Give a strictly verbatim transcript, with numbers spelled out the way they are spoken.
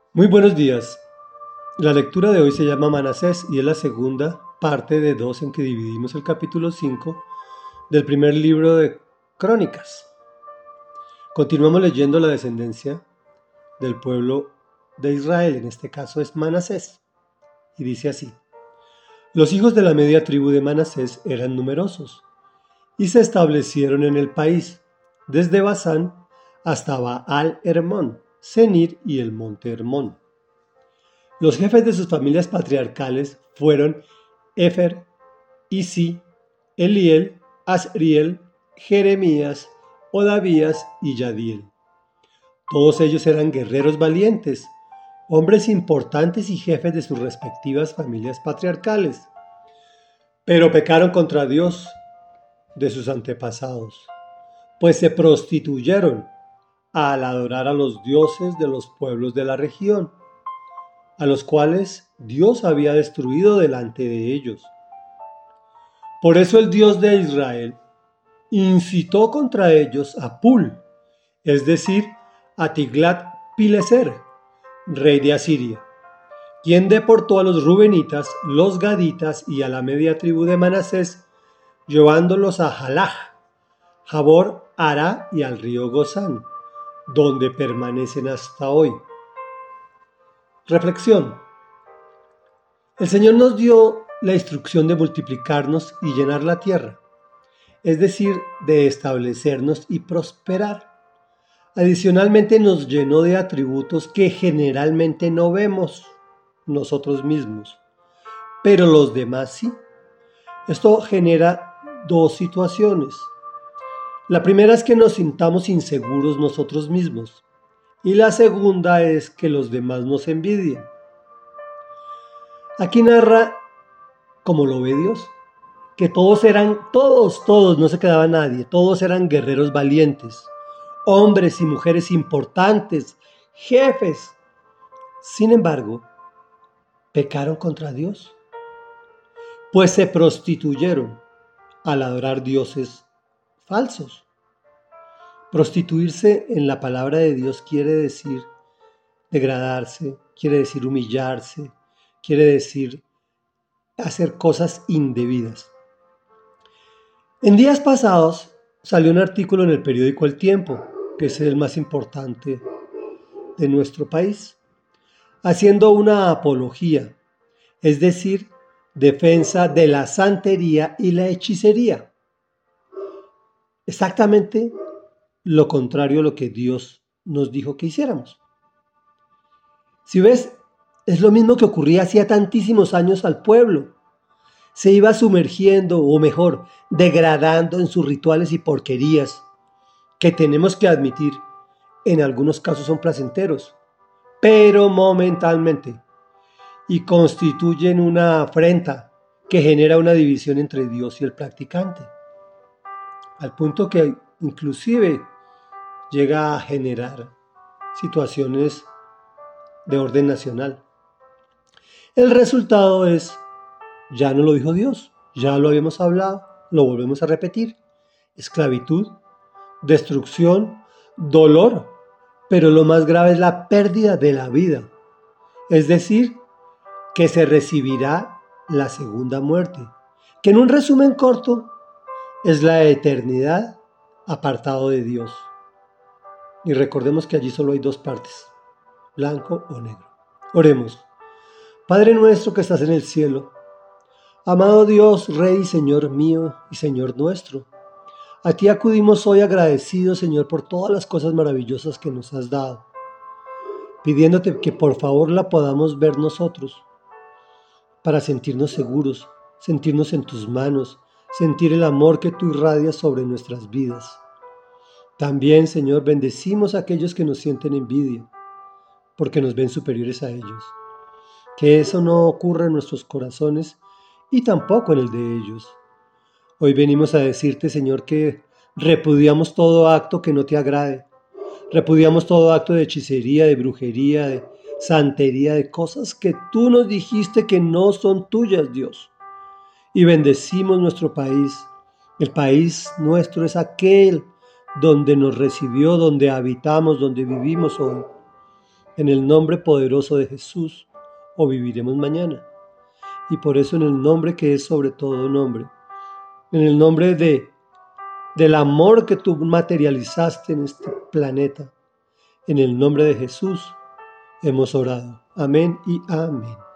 Muy buenos días. La lectura de hoy se llama Manasés y es la segunda parte de dos en que dividimos el capítulo cinco del primer libro de Crónicas. Continuamos leyendo la descendencia del pueblo de Israel, en este caso es Manasés, y dice así: Los hijos de la media tribu de Manasés eran numerosos y se establecieron en el país, desde Basán hasta Baal Hermón, Senir y el monte Hermón. Los jefes de sus familias patriarcales fueron Efer, Isi, Eliel, Asriel, Jeremías, Odavías y Yadiel. Todos ellos eran guerreros valientes, hombres importantes y jefes de sus respectivas familias patriarcales. Pero pecaron contra Dios de sus antepasados, pues se prostituyeron al adorar a los dioses de los pueblos de la región, a los cuales Dios había destruido delante de ellos. Por eso el Dios de Israel incitó contra ellos a Pul, es decir, a Tiglat-Pileser, rey de Asiria, quien deportó a los rubenitas, los gaditas y a la media tribu de Manasés, llevándolos a Jalaj, Jabor, Ara y al río Gozán, donde permanecen hasta hoy. Reflexión. El Señor nos dio la instrucción de multiplicarnos y llenar la tierra, es decir, de establecernos y prosperar. Adicionalmente nos llenó de atributos que generalmente no vemos nosotros mismos, pero los demás sí. Esto genera dos situaciones. La primera es que nos sintamos inseguros nosotros mismos. Y la segunda es que los demás nos envidien. Aquí narra, como lo ve Dios, que todos eran, todos, todos, no se quedaba nadie, todos eran guerreros valientes, hombres y mujeres importantes, jefes. Sin embargo, pecaron contra Dios, pues se prostituyeron al adorar dioses falsos. Prostituirse en la palabra de Dios quiere decir degradarse, quiere decir humillarse, quiere decir hacer cosas indebidas. En días pasados salió un artículo en el periódico El Tiempo, que es el más importante de nuestro país, haciendo una apología, es decir, defensa de la santería y la hechicería. Exactamente lo contrario a lo que Dios nos dijo que hiciéramos. Si ves, es lo mismo que ocurría hacía tantísimos años al pueblo. Se iba sumergiendo, o mejor, degradando en sus rituales y porquerías, que tenemos que admitir, en algunos casos son placenteros, pero momentalmente, y constituyen una afrenta que genera una división entre Dios y el practicante, al punto que inclusive llega a generar situaciones de orden nacional. El resultado es, ya no lo dijo Dios, ya lo habíamos hablado, lo volvemos a repetir: esclavitud, destrucción, dolor, pero lo más grave es la pérdida de la vida, es decir, que se recibirá la segunda muerte, que en un resumen corto es la eternidad apartado de Dios. Y recordemos que allí solo hay dos partes, blanco o negro. Oremos. Padre nuestro que estás en el cielo, amado Dios, Rey y Señor mío y Señor nuestro, a ti acudimos hoy agradecidos, Señor, por todas las cosas maravillosas que nos has dado, pidiéndote que por favor la podamos ver nosotros, para sentirnos seguros, sentirnos en tus manos, sentir el amor que tú irradias sobre nuestras vidas. También, Señor, bendecimos a aquellos que nos sienten envidia, porque nos ven superiores a ellos. Que eso no ocurra en nuestros corazones y tampoco en el de ellos. Hoy venimos a decirte, Señor, que repudiamos todo acto que no te agrade. Repudiamos todo acto de hechicería, de brujería, de santería, de cosas que tú nos dijiste que no son tuyas, Dios. Y bendecimos nuestro país. El país nuestro es aquel donde nos recibió, donde habitamos, donde vivimos hoy. en el nombre poderoso de Jesús, o viviremos mañana. Y por eso en el nombre que es sobre todo nombre, en el nombre de, del amor que tú materializaste en este planeta, en el nombre de Jesús hemos orado. Amén y amén.